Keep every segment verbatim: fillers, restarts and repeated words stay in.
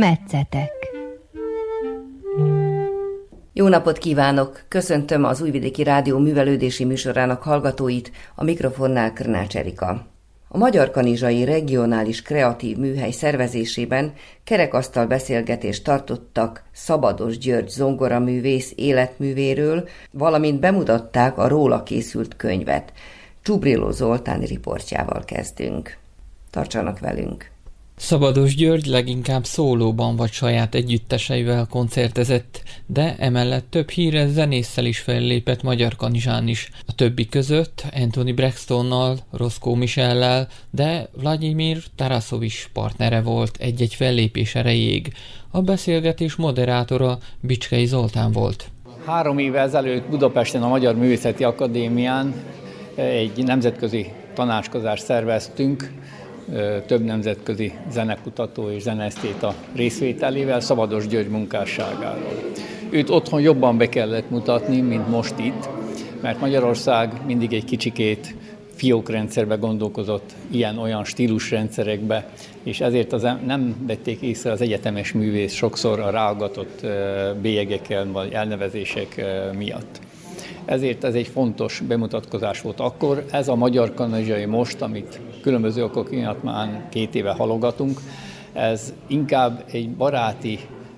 Metszetek. Jó napot kívánok! Köszöntöm az Újvidéki Rádió művelődési műsorának hallgatóit, a mikrofonnál Krnács Erika. A Magyarkanizsai Regionális Kreatív Műhely szervezésében kerekasztal beszélgetést tartottak Szabados György zongoraművész életművéről, valamint bemutatták a róla készült könyvet. Csubriló Zoltán riportjával kezdünk. Tartsanak velünk! Szabados György leginkább szólóban vagy saját együtteseivel koncertezett, de emellett több híres zenésszel is fellépett Magyarkanizsán is. A többi között Anthony Braxtonnal, Roscoe Michellel, de Vladimir Tarasov is partnere volt egy-egy fellépés erejéig. A beszélgetés moderátora Bicskei Zoltán volt. Három évvel ezelőtt Budapesten a Magyar Művészeti Akadémián egy nemzetközi tanácskozást szerveztünk, több nemzetközi zenekutató és zeneesztéta részvételével Szabados György munkásságáról. Őt otthon jobban be kellett mutatni, mint most itt, mert Magyarország mindig egy kicsikét fiókrendszerbe gondolkozott, ilyen-olyan stílusrendszerekbe, és ezért az nem vették észre az egyetemes művész sokszor a ráagatott bélyegekkel vagy elnevezések miatt. Ezért ez egy fontos bemutatkozás volt akkor. Ez a Magyarkanizsai most, amit különböző okok miatt már két éve halogatunk, ez inkább egy baráti,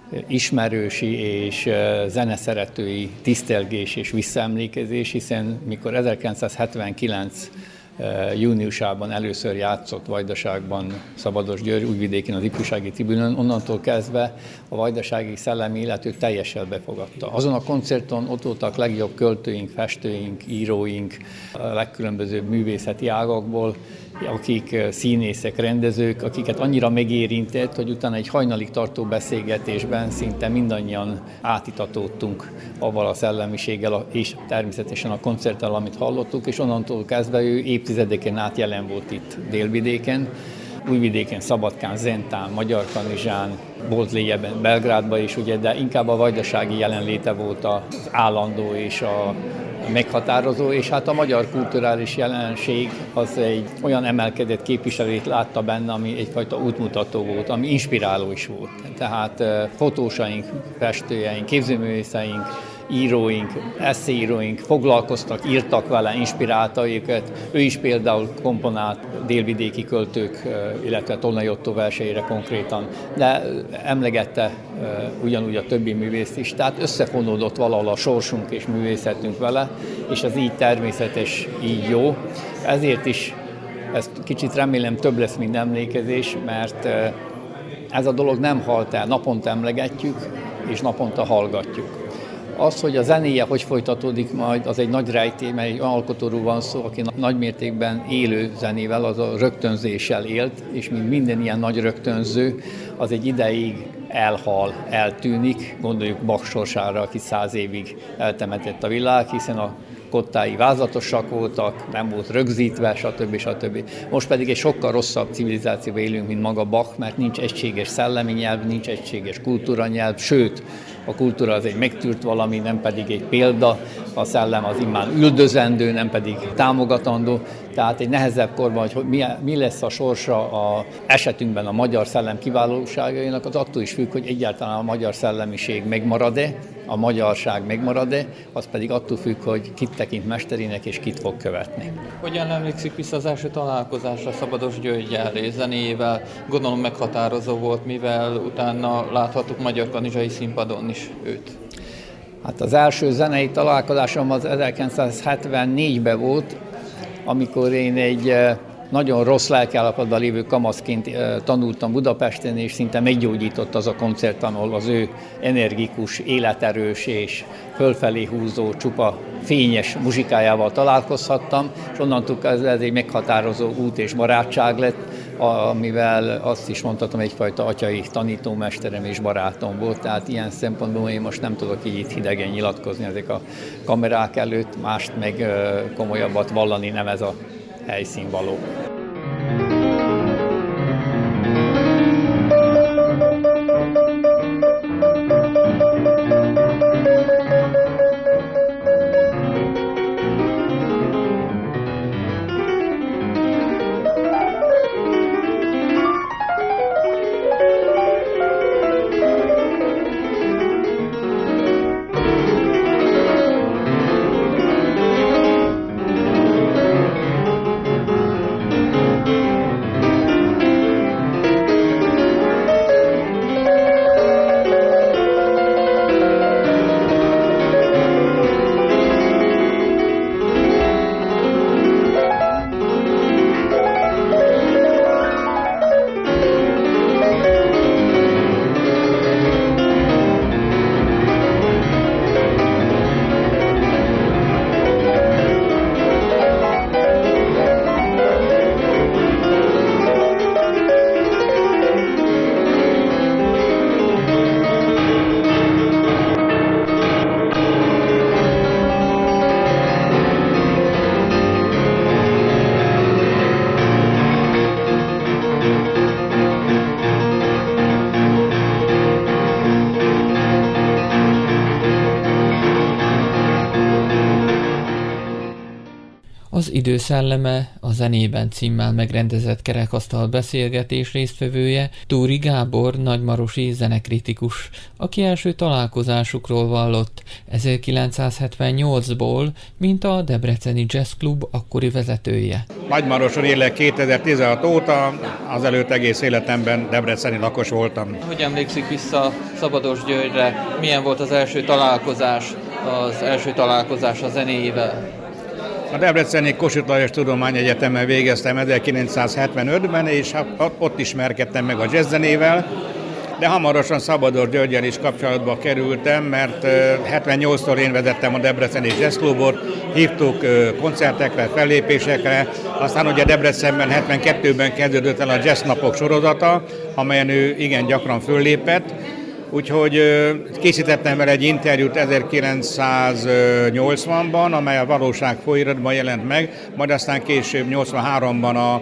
ismerősi és zeneszeretői tisztelgés és visszaemlékezés, hiszen mikor ezerkilencszázhetvenkilenc júniusában először játszott Vajdaságban Szabados György Újvidéken az ifjúsági tribünön, onnantól kezdve a vajdasági szellemi élet őt teljesen befogadta. Azon a koncerton ott voltak legjobb költőink, festőink, íróink, a legkülönbözőbb művészeti ágakból, akik színészek, rendezők, akiket annyira megérintett, hogy utána egy hajnalig tartó beszélgetésben szinte mindannyian átitatódtunk avval a szellemiséggel, és természetesen a koncerttel, amit hallottuk, és onnantól kezdve ő évtizedeken át jelen volt itt Délvidéken, Újvidéken, Szabadkán, Zentán, Magyarkanizsán, volt lényegben Belgrádban is, ugye, de inkább a vajdasági jelenléte volt az állandó és a meghatározó, és hát a magyar kulturális jelenség az egy olyan emelkedett képviselőt látta benne, ami egyfajta útmutató volt, ami inspiráló is volt. Tehát fotósaink, festőjeink, képzőművészeink, íróink, eszéíróink foglalkoztak, írtak vele, inspirálta őket. Ő is például komponált délvidéki költők, illetve Tolnai Ottó verseire konkrétan, de emlegette ugyanúgy a többi művészt is, tehát összefonódott valahol a sorsunk és művészetünk vele, és ez így természetes, így jó. Ezért is ez kicsit remélem több lesz, mint emlékezés, mert ez a dolog nem halt el, naponta emlegetjük, és naponta hallgatjuk. Az, hogy a zenéje hogy folytatódik majd, az egy nagy rejtély, mert egy alkotóról van szó, aki nagy mértékben élő zenével, az a rögtönzéssel élt, és mint minden ilyen nagy rögtönző, az egy ideig elhal, eltűnik. Gondoljuk Bach sorsára, aki száz évig eltemetett a világ, hiszen a kottái vázlatosak voltak, nem volt rögzítve, stb. stb. Most pedig egy sokkal rosszabb civilizációban élünk, mint maga Bach, mert nincs egységes szellemi nyelv, nincs egységes kultúranyelv, sőt, a kultúra az egy megtűrt valami, nem pedig egy példa, a szellem az immár üldözendő, nem pedig támogatandó. Tehát egy nehezebb korban, hogy mi, mi lesz a sorsa a esetünkben a magyar szellem kiválóságainak, az attól is függ, hogy egyáltalán a magyar szellemiség megmarad-e, a magyarság megmarad-e, az pedig attól függ, hogy kit tekint mesterének és kit fog követni. Hogyan emlékszik vissza az első találkozásra Szabados Györggyel és zenéjével? Gondolom meghatározó volt, mivel utána láthattuk Magyarkanizsai színpadon is őt. Hát az első zenei találkozásom az ezerkilencszázhetvennégyben volt, amikor én egy nagyon rossz lelkiállapotban lévő kamaszként tanultam Budapesten, és szinte meggyógyított az a koncert, ahol az ő energikus, életerős és fölfelé húzó, csupa fényes muzsikájával találkozhattam, és onnantól kezdve ez egy meghatározó út és barátság lett, amivel azt is mondhatom, egyfajta atyai tanítómesterem és barátom volt, tehát ilyen szempontból én most nem tudok így itt hidegen nyilatkozni ezek a kamerák előtt, mást meg komolyabbat vallani nem ez a helyszín való. Az Időszelleme a zenében címmel megrendezett kerekasztal beszélgetés résztvevője Túri Gábor nagymarosi zenekritikus, aki első találkozásukról vallott ezerkilencszázhetvennyolcból, mint a Debreceni Jazz Club akkori vezetője. Nagymaroson élek kétezer-tizenhat óta, azelőtt egész életemben debreceni lakos voltam. Hogy emlékszik vissza Szabados Györgyre? Milyen volt az első találkozás, az első találkozás a zenéjével? A debreceni Kossuth Lajos Tudományegyetemen végeztem ezerkilencszázhetvenötben, és ott ismerkedtem meg a jazzzenével, de hamarosan Szabados Györggyel is kapcsolatba kerültem, mert hetvennyolctól én vezettem a Debreceni Jazz Clubot, hívtuk koncertekre, fellépésekre, aztán ugye Debrecenben hetvenkettőben kezdődött el a Jazz Napok sorozata, amelyen ő igen gyakran föllépett. Úgyhogy készítettem vele egy interjút ezerkilencszáznyolcvanban, amely a Valóság folyóiratban jelent meg, majd aztán később nyolcvanháromban a,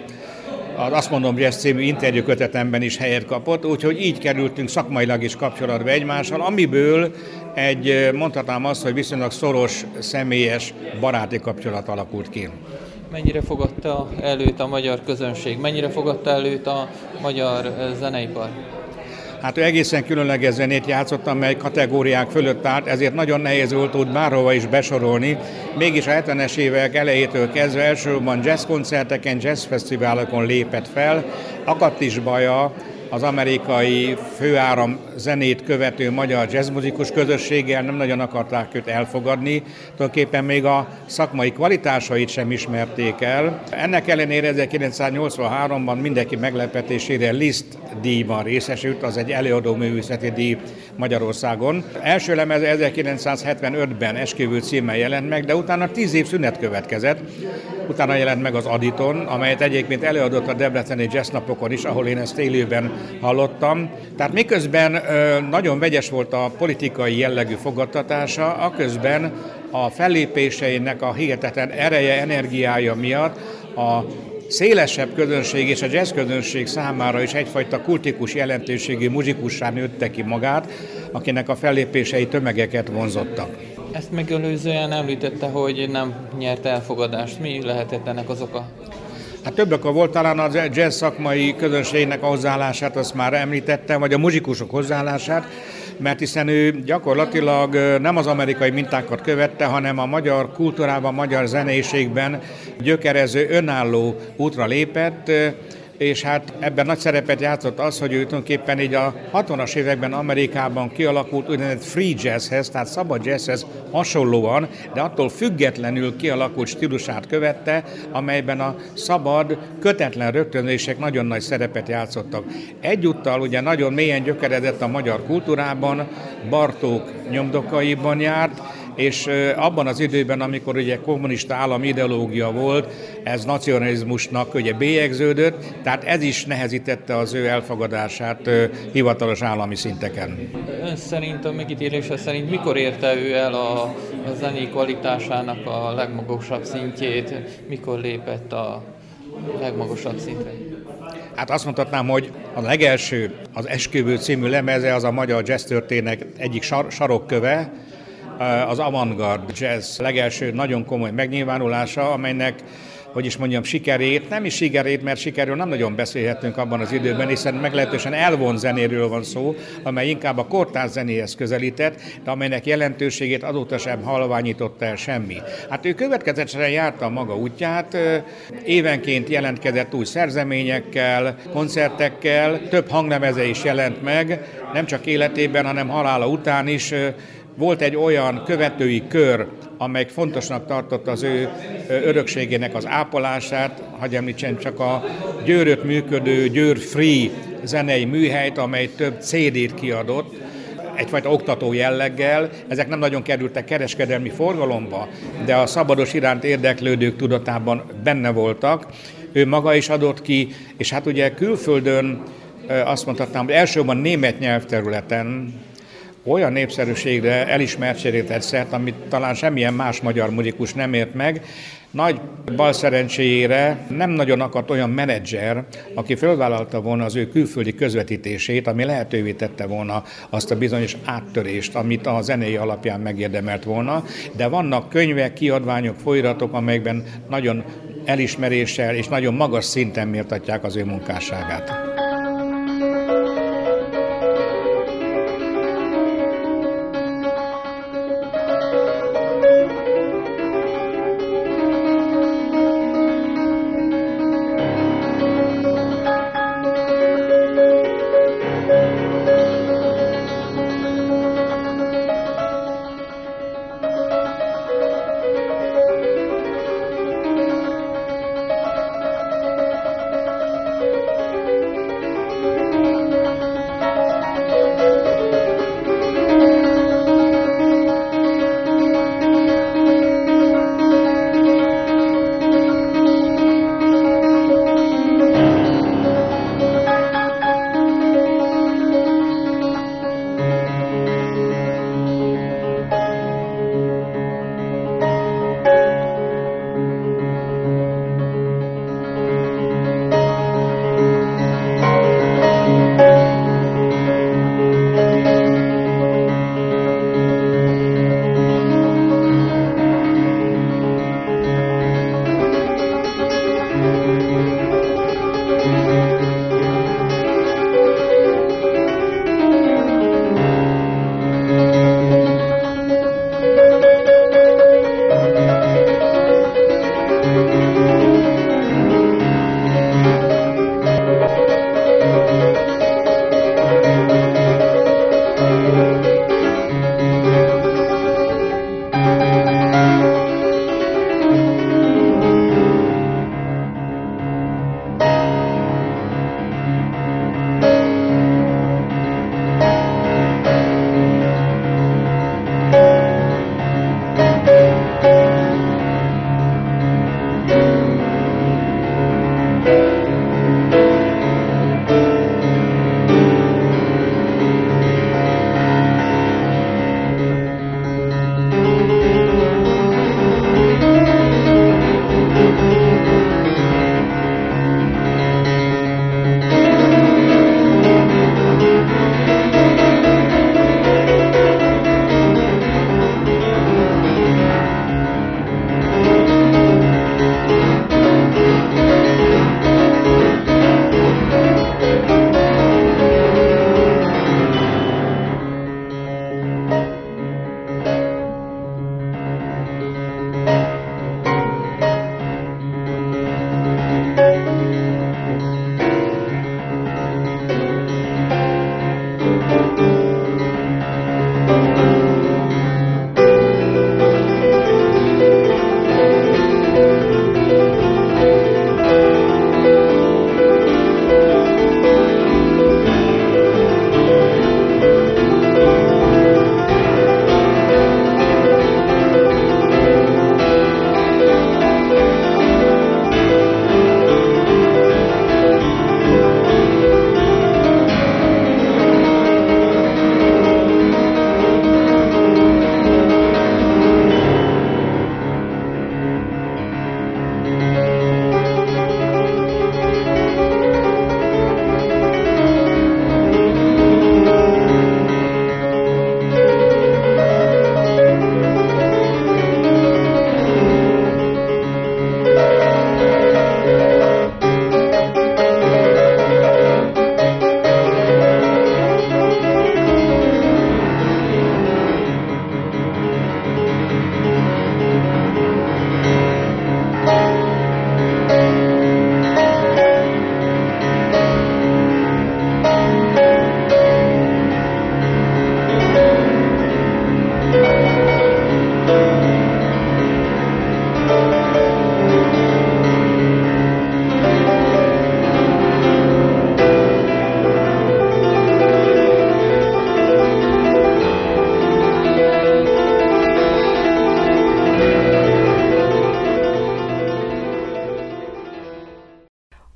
az Azt mondom Jazz című interjúkötetemben is helyet kapott, úgyhogy így kerültünk szakmailag is kapcsolatba egymással, amiből egy, mondhatnám azt, hogy viszonylag szoros, személyes, baráti kapcsolat alakult ki. Mennyire fogadta előtt a magyar közönség? Mennyire fogadta előtt a magyar zeneipar? Hát ő egészen különleges zenét játszott, amely kategóriák fölött állt, ezért nagyon nehéz volt úgy bárhova is besorolni. Mégis a hetvenes évek elejétől kezdve elsősorban jazzkoncerteken, jazzfesztiválokon lépett fel. Akadt is baja az amerikai főáram zenét követő magyar jazzmuzikus közösséggel, nem nagyon akarták őt elfogadni, tulajdonképpen még a szakmai kvalitásait sem ismerték el. Ennek ellenére ezerkilencszáznyolcvanháromban mindenki meglepetésére Liszt díjban részesült, az egy előadó művészeti díj Magyarországon. Első lemeze ezerkilencszázhetvenötben Esküvő címmel jelent meg, de utána tíz év szünet következett. Utána jelent meg az Aditon, amelyet egyébként előadott a Debreceni Jazz Napokon is, ahol én ezt élőben hallottam. Tehát miközben ö, nagyon vegyes volt a politikai jellegű fogadtatása, aközben a fellépéseinek a hihetetlen ereje, energiája miatt a szélesebb közönség és a jazz közönség számára is egyfajta kultikus jelentőségű muzsikussá nőtte ki magát, akinek a fellépései tömegeket vonzottak. Ezt megelőzően említette, hogy nem nyert elfogadást. Mi lehetett ennek az oka? Hát több oka volt, talán a jazz szakmai közönségnek a hozzáállását, azt már említettem, vagy a muzsikusok hozzáállását, mert hiszen ő gyakorlatilag nem az amerikai mintákat követte, hanem a magyar kultúrában, magyar zeneiségben gyökerező, önálló útra lépett, és hát ebben nagy szerepet játszott az, hogy ő tulajdonképpen így a hatvanas években Amerikában kialakult úgynevezett free jazzhez, tehát szabad jazzhez hasonlóan, de attól függetlenül kialakult stílusát követte, amelyben a szabad, kötetlen rögtönzések nagyon nagy szerepet játszottak. Egyúttal ugye nagyon mélyen gyökeredett a magyar kultúrában, Bartók nyomdokaiban járt, és abban az időben, amikor ugye kommunista állami ideológia volt, ez nacionalizmusnak ugye bélyegződött, tehát ez is nehezítette az ő elfogadását hivatalos állami szinteken. Ön szerint, a megítélése szerint mikor érte ő el a, a zenei kvalitásának a legmagasabb szintjét, mikor lépett a legmagasabb szintre? Hát azt mondhatnám, hogy a legelső, az Esküvő című lemeze, az a magyar jazz történet egyik sar- sarokköve, az avantgard jazz legelső nagyon komoly megnyilvánulása, amelynek, hogy is mondjam, sikerét, nem is sikerét, mert sikerről nem nagyon beszélhetünk abban az időben, hiszen meglehetősen elvont zenéről van szó, amely inkább a kortárs zenéhez közelített, de amelynek jelentőségét azóta sem halványította el semmi. Hát ő következetesen járta a maga útját, évenként jelentkezett új szerzeményekkel, koncertekkel, több hanglemeze is jelent meg, nem csak életében, hanem halála után is. Volt egy olyan követői kör, amely fontosnak tartotta az ő örökségének az ápolását, hadd említsem csak a Győrött működő Győr Free zenei műhelyt, amely több cé dét kiadott, egyfajta oktató jelleggel. Ezek nem nagyon kerültek kereskedelmi forgalomba, de a szabados iránt érdeklődők tudatában benne voltak. Ő maga is adott ki, és hát ugye külföldön azt mondhatnám, hogy elsősorban német nyelvterületen olyan népszerűségre, elismertségre tett szert, amit talán semmilyen más magyar muzikus nem ért meg. Nagy bal szerencséjére nem nagyon akadt olyan menedzser, aki fölvállalta volna az ő külföldi közvetítését, ami lehetővé tette volna azt a bizonyos áttörést, amit a zenei alapján megérdemelt volna. De vannak könyvek, kiadványok, folyiratok, amelyekben nagyon elismeréssel és nagyon magas szinten méltatják az ő munkásságát.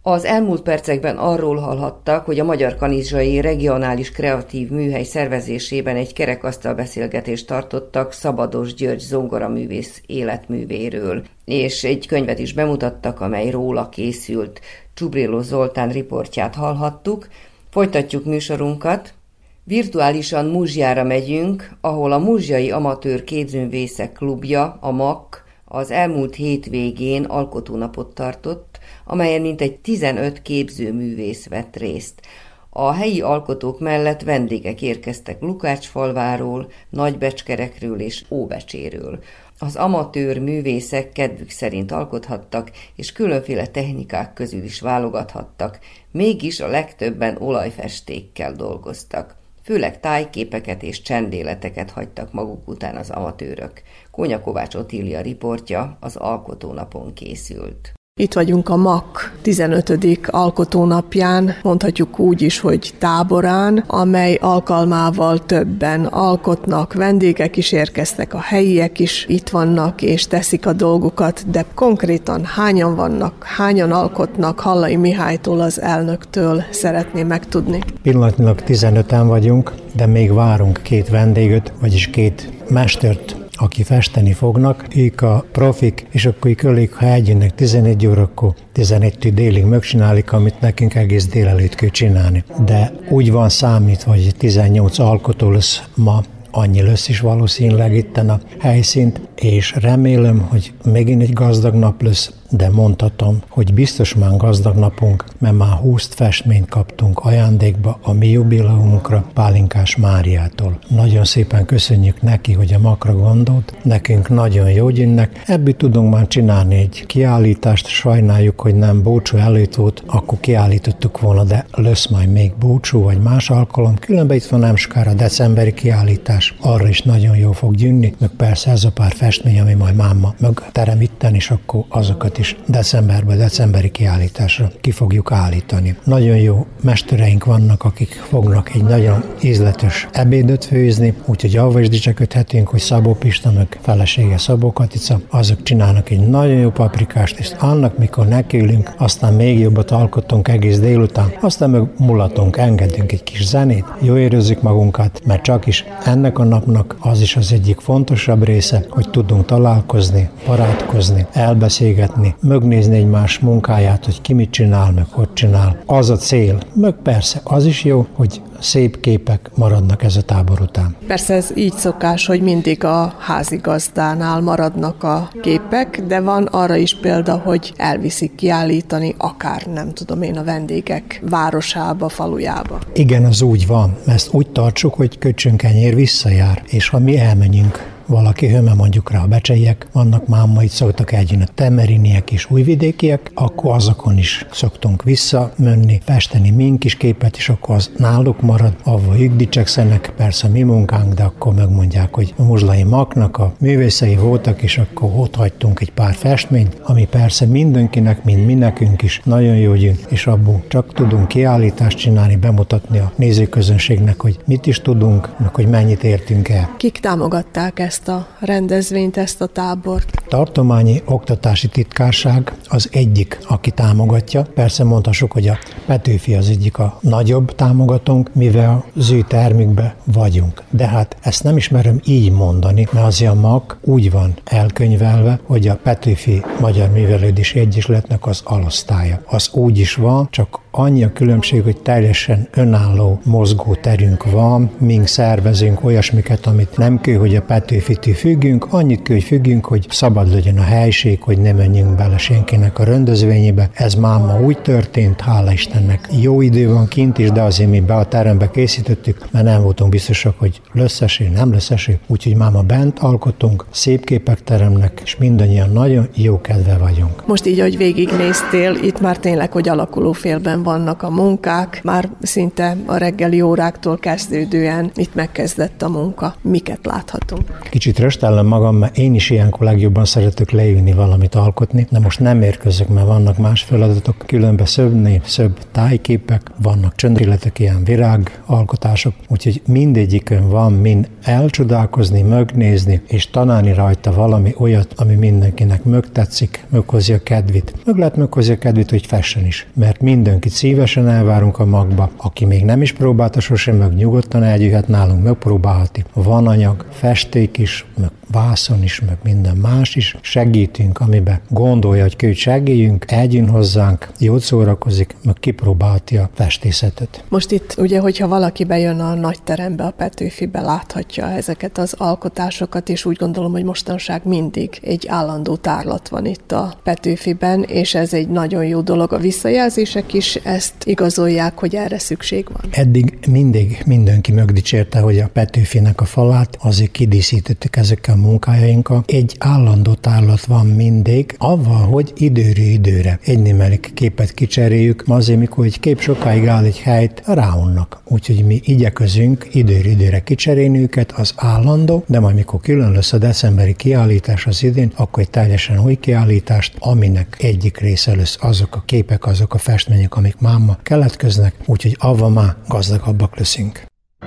Az elmúlt percekben arról hallhattak, hogy a Magyarkanizsai Regionális Kreatív Műhely szervezésében egy kerekasztal beszélgetést tartottak Szabados György zongoraművész életművéről, és egy könyvet is bemutattak, amely róla készült. Csubrilló Zoltán riportját hallhattuk. Folytatjuk műsorunkat. Virtuálisan Muzsjára megyünk, ahol a Muzsjai Amatőr Képzőművészek Klubja, a MAK, az elmúlt hétvégén alkotónapot tartott, amelyen mintegy tizenöt képzőművész vett részt. A helyi alkotók mellett vendégek érkeztek Lukácsfalváról, Nagybecskerekről és Óbecséről. Az amatőr művészek kedvük szerint alkothattak, és különféle technikák közül is válogathattak, mégis a legtöbben olajfestékkel dolgoztak. Főleg tájképeket és csendéleteket hagytak maguk után az amatőrök. Kónya Kovács Otília riportja az alkotónapon készült. Itt vagyunk a MAK tizenötödik alkotónapján, mondhatjuk úgy is, hogy táborán, amely alkalmával többen alkotnak, vendégek is érkeztek, a helyiek is itt vannak és teszik a dolgukat, de konkrétan hányan vannak, hányan alkotnak, Hallai Mihálytól, az elnöktől szeretném megtudni. Pillanatnyilag tizenöten vagyunk, de még várunk két vendéget, vagyis két mestert, aki festeni fognak, ők a profik, és akkor ők ölik, ha eljönnek tizenegy órakor, tizenegytől délig megcsinálik, amit nekünk egész délelőtt kell csinálni. De úgy van számítva, hogy tizennyolc alkotó lesz ma, annyi lesz is valószínűleg itten a helyszínt, és remélem, hogy megint egy gazdag nap lesz, de mondhatom, hogy biztos már gazdag napunk, mert már húsz festményt kaptunk ajándékba a mi jubileumunkra Pálinkás Máriától. Nagyon szépen köszönjük neki, hogy a makra gondolt, nekünk nagyon jó gyűnnek, ebből tudunk már csinálni egy kiállítást, sajnáljuk, hogy nem búcsú előtt volt, akkor kiállítottuk volna, de lesz majd még búcsú vagy más alkalom, különben itt van nem sokára decemberi kiállítás, arra is nagyon jó fog gyűnni, meg persze ez a pár festmény, ami majd máma meg terem itten, és akkor azokat is decemberben, decemberi kiállításra ki fogjuk állítani. Nagyon jó mestereink vannak, akik fognak egy nagyon ízletes ebédöt főzni, úgyhogy avval is dicsekedhetünk, hogy Szabó Pista, meg felesége Szabó Katica, azok csinálnak egy nagyon jó paprikást, és annak, mikor nekiülünk, aztán még jobbat alkotunk egész délután, aztán meg mulatunk, engedünk egy kis zenét, jó érezzük magunkat, mert csak is ennek a napnak az is az egyik fontosabb része, hogy tudunk találkozni, barátkozni, elbeszélgetni, megnézni egymás munkáját, hogy ki mit csinál, meg hogy csinál. Az a cél. Meg persze az is jó, hogy szép képek maradnak ez a tábor után. Persze ez így szokás, hogy mindig a házigazdánál maradnak a képek, de van arra is példa, hogy elviszik kiállítani, akár nem tudom én, a vendégek városába, falujába. Igen, az úgy van. Ezt úgy tartsuk, hogy köcsönkenyér visszajár, és ha mi elmenjünk valaki höme, mondjuk rá a becseiek, vannak máma, itt szoktak eljönni a temeriniek és újvidékiek, akkor azokon is szoktunk visszamenni, festeni mink is képet, és akkor az náluk marad, avval ők dicsekszenek, persze mi munkánk, de akkor megmondják, hogy a Muzslai Maknak a művészei voltak, és akkor ott hagytunk egy pár festményt, ami persze mindenkinek, mint mi nekünk is nagyon jó gyűn, és abból csak tudunk kiállítást csinálni, bemutatni a nézőközönségnek, hogy mit is tudunk, meg hogy mennyit értünk el. Kik támogatták ezt ezt a rendezvényt, ezt a tábort? Tartományi Oktatási Titkárság az egyik, aki támogatja. Persze mondhassuk, hogy a Petőfi az egyik a nagyobb támogatónk, mivel az ő termükben vagyunk. De hát ezt nem ismerem így mondani, mert az a MAK úgy van elkönyvelve, hogy a Petőfi Magyar Művelődési Egyesületnek az alosztálya. Az úgy is van, csak annyi a különbség, hogy teljesen önálló mozgóterünk van, mink szervezünk olyasmiket, amit nem kell, hogy a Petőfitől függünk, annyit kell, hogy függünk, hogy szabad legyen a helység, hogy ne menjünk bele senkinek a rendezvényébe. Ez már ma úgy történt, hála Istennek. Jó idő van kint is, de azért mi be a terembe készítettük, mert nem voltunk biztosak, hogy lesz eső, nem lesz eső, úgyhogy már ma bent alkotunk, szép képek teremnek, és mindannyian nagyon jó kedve vagyunk. Most így, hogy végignéztél, itt már tényleg, hogy alakuló félben vannak a munkák, már szinte a reggeli óráktól kezdődően itt megkezdett a munka. Miket láthatunk? Kicsit röstellem magam, mert én is ilyenkor legjobban szeretök leülni valamit alkotni, de most nem érkezök, mert vannak más feladatok, különben szöbb név, szöbb tájképek, vannak csöndilletek, ilyen virágalkotások, úgyhogy mindegyikön van mind elcsodálkozni, megnézni, és tanálni rajta valami olyat, ami mindenkinek megtetszik, meghozja a kedvét. Meg lehet meghozni a kedvét, hogy fessen is, mert mindenkit szívesen elvárunk a magba. Aki még nem is próbálta sosem, meg nyugodtan eljöhet nálunk, megpróbálhati. Van anyag, festék is, meg vászon is, meg minden más is. Segítünk, amiben gondolja, hogy kőt segéljünk, eljön hozzánk, jót szórakozik, meg kipróbálti a festészetet. Most itt ugye, hogyha valaki bejön a nagy terembe, a Petőfibe, láthatja ezeket az alkotásokat, és úgy gondolom, hogy mostanság mindig egy állandó tárlat van itt a Petőfiben, és ez egy nagyon jó dolog. A visszajelzések is ezt igazolják, hogy erre szükség van. Eddig mindig mindenki megdicsérte, hogy a Petőfinek a falát azért kidíszítettük ezekkel a munkájainkkal. Egy állandó tárlat van mindig, avval, hogy időről időre egy némelik képet kicseréljük, ma azért, mikor egy kép sokáig áll egy helyt, ráunnak. Úgyhogy mi igyekezünk időről időre kicserélni őket, az állandó, de majd mikor külön lesz a decemberi kiállítás az idén, akkor egy teljesen új kiállítást, aminek egyik része lesz azok a képek, azok a festmények, amik máma keletkeznek, úgyhogy avval már gazdagabbak leszünk.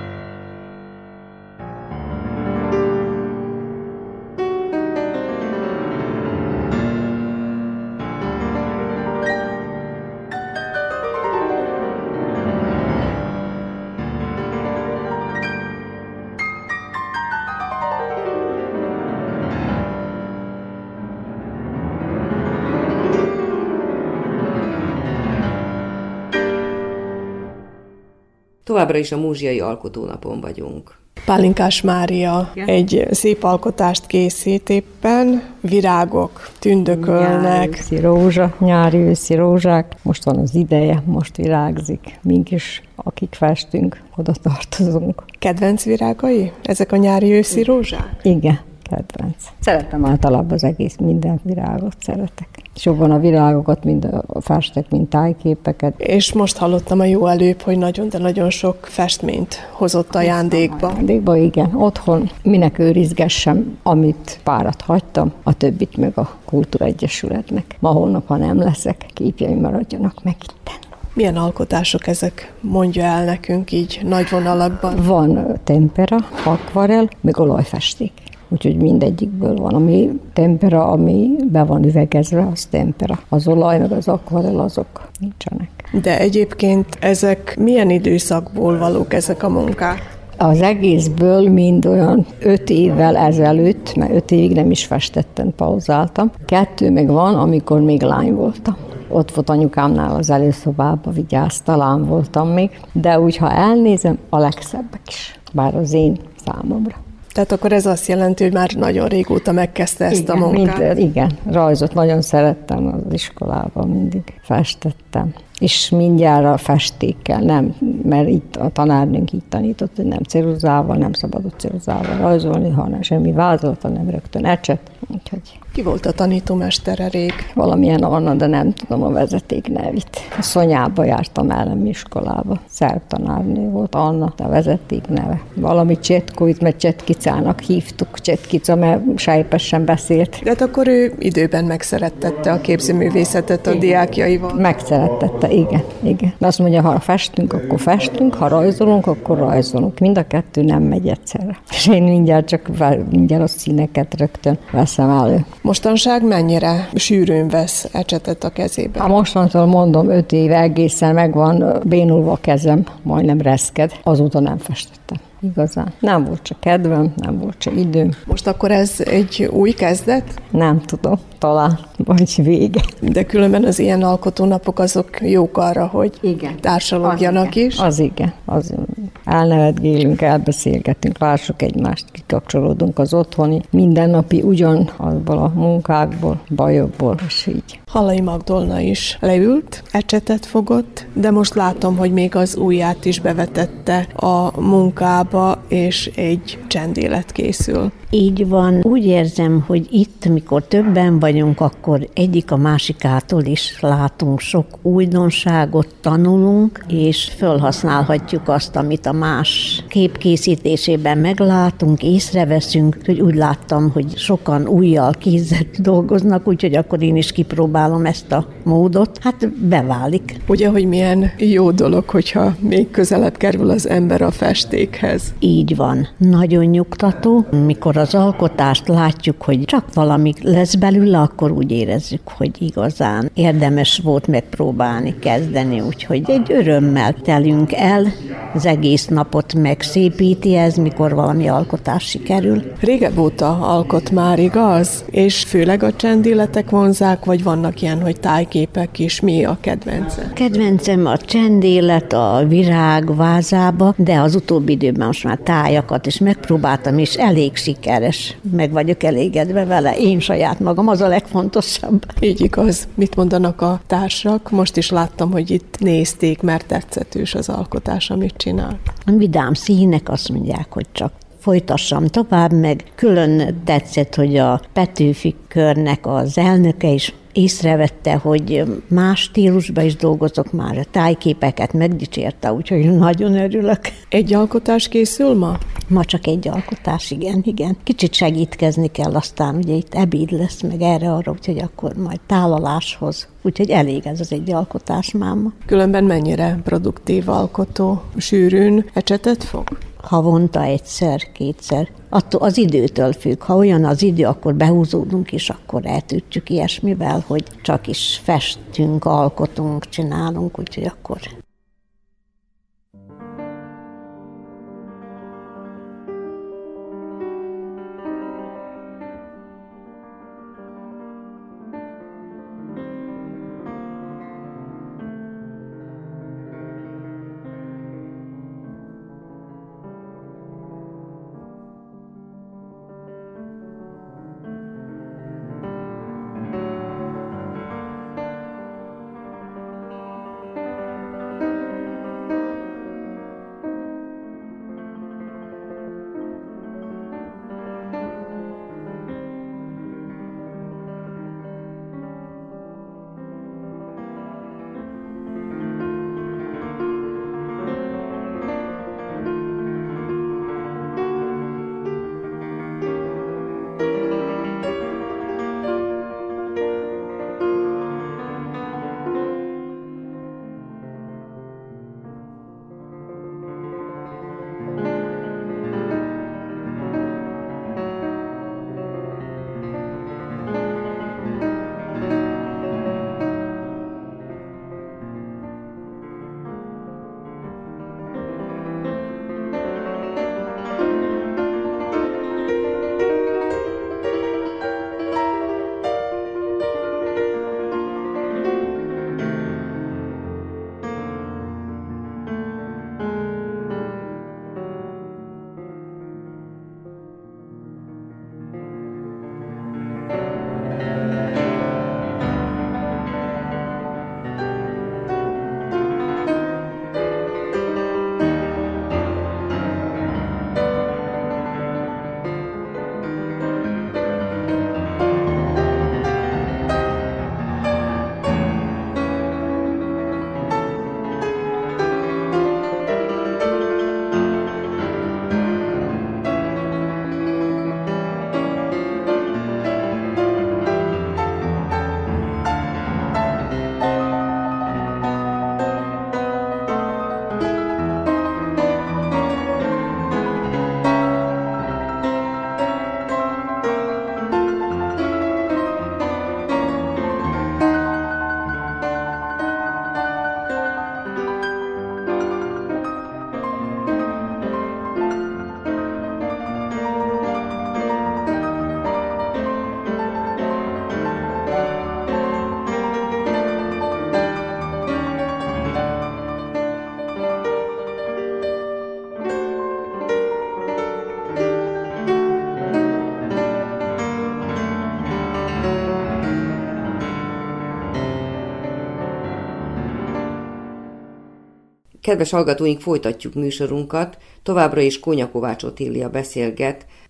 Továbbra is a Múzsiai Alkotónapon vagyunk. Pálinkás Mária Igen. egy szép alkotást készít éppen, virágok tündökölnek. Nyári-őszi rózsa, nyári-őszi rózsák, most van az ideje, most virágzik. Mink is, akik festünk, oda tartozunk. Kedvenc virágai? Ezek a nyári-őszi rózsák? Igen, kedvenc. Szeretem általában az egész, minden virágot szeretek. És jobban a virágokat, mind a festek, mint tájképeket. És most hallottam a jó előbb, hogy nagyon, de nagyon sok festményt hozott ajándékba. Ajándékba, igen. Otthon minek őrizgessem, amit párat hagytam, a többit meg a Kultúraegyesületnek. Ma holnap, ha nem leszek, képjeim maradjanak meg itten. Milyen alkotások ezek? Mondja el nekünk így nagy vonalakban. Van tempera, akvarell, meg olajfesték. Úgyhogy mindegyikből van, ami tempera, ami be van üvegezve, az tempera. Az olaj, meg az akvarell, azok nincsenek. De egyébként ezek milyen időszakból valók ezek a munkák? Az egészből mind olyan öt évvel ezelőtt, mert öt évig nem is festettem, pauzáltam. Kettő meg van, amikor még lány voltam. Ott volt anyukámnál az előszobában, vigyázt, talán voltam még. De úgy, ha elnézem, a legszebbek is, bár az én számomra. Tehát akkor ez azt jelenti, hogy már nagyon régóta megkezdte ezt igen, a munkát. Mind, igen, rajzot nagyon szerettem az iskolában, mindig festettem. És mindjárt a festékkel, nem, mert itt a tanárnőnk így tanított, hogy nem ceruzával, nem szabadott ceruzával rajzolni, hanem semmi vázlat, hanem rögtön ecset. Úgyhogy ki volt a tanítómestere rég? Valamilyen Anna, de nem tudom a vezeték nevét. A Szonyába jártam elemi iskolába. Szerb tanárnő volt Anna, a vezeték neve. Valami Csetkoit, mert Csetkicának hívtuk. Csetkica, mert sejpesen beszélt. De hát akkor ő időben megszerettette a képzőművészetet a igen. diákjaival. Megszerettette, igen, igen. De azt mondja, ha festünk, akkor festünk, ha rajzolunk, akkor rajzolunk. Mind a kettő nem megy egyszerre. És én mindjárt csak mindjárt a színeket rögtön veszem elő. Mostanság mennyire sűrűn vesz ecsetet a kezébe? Hát mostantól mondom, öt éve egészen megvan bénulva a kezem, majdnem reszked. Azóta nem festettem. Igazán. Nem volt csak kedvem, nem volt csak időm. Most akkor ez egy új kezdet? Nem tudom, talán, vagy vége. De különben az ilyen alkotónapok azok jók arra, hogy igen. társalogjanak az igen. is. Az igen. Az elnevetgélünk, elbeszélgetünk, lássuk egymást, kikapcsolódunk az otthoni, mindennapi ugyan azból a munkákból, bajokból, és így. Hallai Magdolna is leült, ecsetet fogott, de most látom, hogy még az ujját is bevetette a munkába, és egy csendélet készül. Így van. Úgy érzem, hogy itt, mikor többen vagyunk, akkor egyik a másikától is látunk sok újdonságot, tanulunk, és felhasználhatjuk azt, amit a más képkészítésében meglátunk, észreveszünk, hogy úgy láttam, hogy sokan ujjal, kézzel dolgoznak, úgyhogy akkor én is kipróbálom ezt a módot. Hát beválik. Ugye, hogy milyen jó dolog, hogyha még közelebb kerül az ember a festékhez. Így van. Nagyon nyugtató. Mikor az alkotást látjuk, hogy csak valami lesz belőle, akkor úgy érezzük, hogy igazán érdemes volt megpróbálni, kezdeni, úgyhogy egy örömmel telünk el, az egész napot megszépíti ez, mikor valami alkotás sikerül. Régebb óta alkot már, igaz? És főleg a csendéletek vonzák, vagy vannak ilyen, hogy tájképek is? Mi a kedvence? Kedvencem a csendélet, a virág vázába, de az utóbbi időben most már tájakat is megpróbáltam, és elég sikeres. Meg vagyok elégedve vele. Én saját magam, az a legfontosabb. Így igaz. Mit mondanak a társak? Most is láttam, hogy itt nézték, mert tetszetős az alkotás, amit csinál. A vidám színek azt mondják, hogy csak folytassam tovább, meg külön tetszett, hogy a Petőfi körnek az elnöke is észrevette, hogy más stílusban is dolgozok már, a tájképeket megdicsérte, úgyhogy nagyon örülök. Egy alkotás készül ma? Ma csak egy alkotás, igen, igen. Kicsit segítkezni kell, aztán ugye itt ebéd lesz, meg erre-arra, úgyhogy akkor majd tálaláshoz. Úgyhogy elég ez az egy alkotás máma. Különben mennyire produktív alkotó? Sűrűn ecsetet fog? Havonta egyszer, kétszer. Attól az időtől függ. Ha olyan az idő, akkor behúzódunk, és akkor eltűtjük ilyesmivel, hogy csak is festünk, alkotunk, csinálunk, úgyhogy akkor... Kedves hallgatóink, folytatjuk műsorunkat. Továbbra is Kónya Kovács Otília beszélget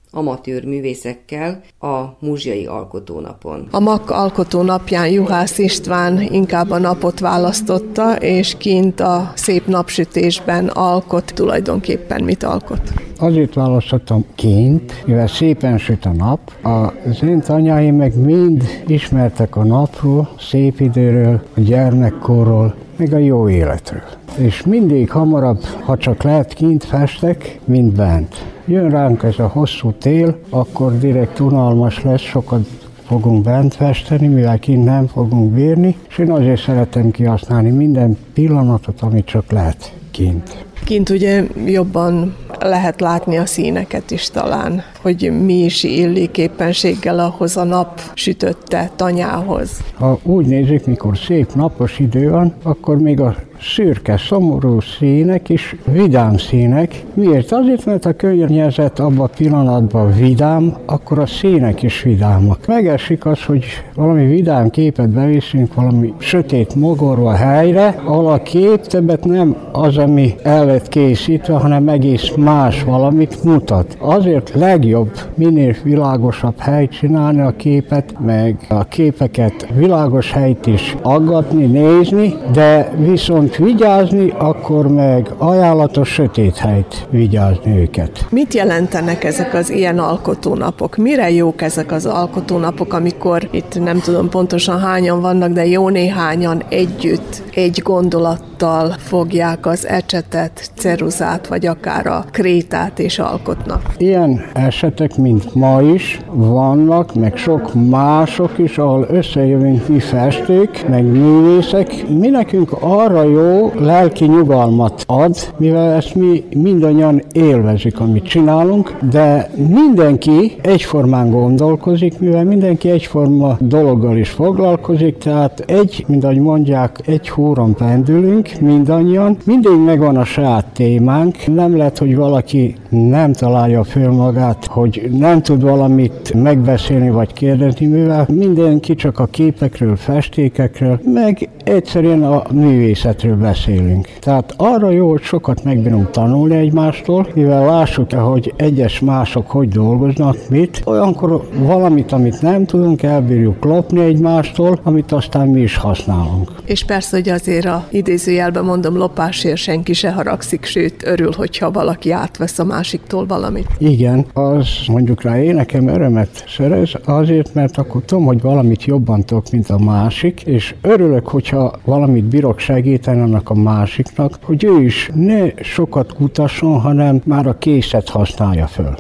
amatőr művészekkel a Muzsjai Alkotónapon. A MAK Alkotónapján Juhász István inkább a napot választotta, és kint a szép napsütésben alkot. Tulajdonképpen mit alkot? Azért választottam kint, mivel szépen süt a nap. Az én tanyáim meg mind ismertek a napról, szép időről, a gyermekkorról, meg a jó életről. És mindig hamarabb, ha csak lehet, kint festek, mint bent. Jön ránk ez a hosszú tél, akkor direkt unalmas lesz, sokat fogunk bent festeni, mivel kint nem fogunk bírni, és én azért szeretem kihasználni minden pillanatot, amit csak lehet kint. Kint ugye jobban lehet látni a színeket is talán, hogy mi is illik éppenséggel ahhoz a nap sütötte tanyához. Ha úgy nézik, mikor szép napos idő van, akkor még a szürke, szomorú színek is vidám színek. Miért? Azért, mert a környezet abban a pillanatban vidám, akkor a színek is vidámak. Megesik az, hogy valami vidám képet beviszünk valami sötét mogorva helyre, ahol a kép többet nem az, ami el lett készítve, hanem egész más valamit mutat. Azért legjobb minél világosabb helyt csinálni a képet, meg a képeket világos helyt is aggatni, nézni, de viszont vigyázni, akkor meg ajánlatos sötét helyt vigyázni őket. Mit jelentenek ezek az ilyen alkotónapok? Mire jók ezek az alkotónapok, amikor itt nem tudom pontosan hányan vannak, de jó néhányan együtt, egy gondolattal fogják az ecsetet, ceruzát, vagy akár a krétát és alkotnak? Ilyen esetek, mint ma is vannak, meg sok mások is, ahol összejövünk mi festők, meg művészek. Mi nekünk arra jó, lelki nyugalmat ad, mivel ezt mi mindannyian élvezik, amit csinálunk, de mindenki egyformán gondolkozik, mivel mindenki egyforma dologgal is foglalkozik, tehát egy, mint ahogy mondják, egy húron pendülünk mindannyian, mindig megvan a saját témánk, nem lehet, hogy valaki nem találja föl magát, hogy nem tud valamit megbeszélni vagy kérdezni, mivel mindenki csak a képekről, festékekről, meg egyszerűen a művészetről beszélünk. Tehát arra jó, hogy sokat megbírunk tanulni egymástól, mivel lássuk, hogy egyes mások hogy dolgoznak, mit. Olyankor valamit, amit nem tudunk, elbírjuk lopni egymástól, amit aztán mi is használunk. És persze, hogy azért a idézőjelben mondom, lopásért senki se haragszik, sőt, örül, hogyha valaki átvesz a másiktól valamit. Igen, az mondjuk rá én nekem örömet szerez, azért, mert akkor tudom, hogy valamit jobban tudok, mint a másik, és örülök, hogyha valamit bírok segíteni annak a másiknak, hogy ő is ne sokat kutasson, hanem már a készet használja föl.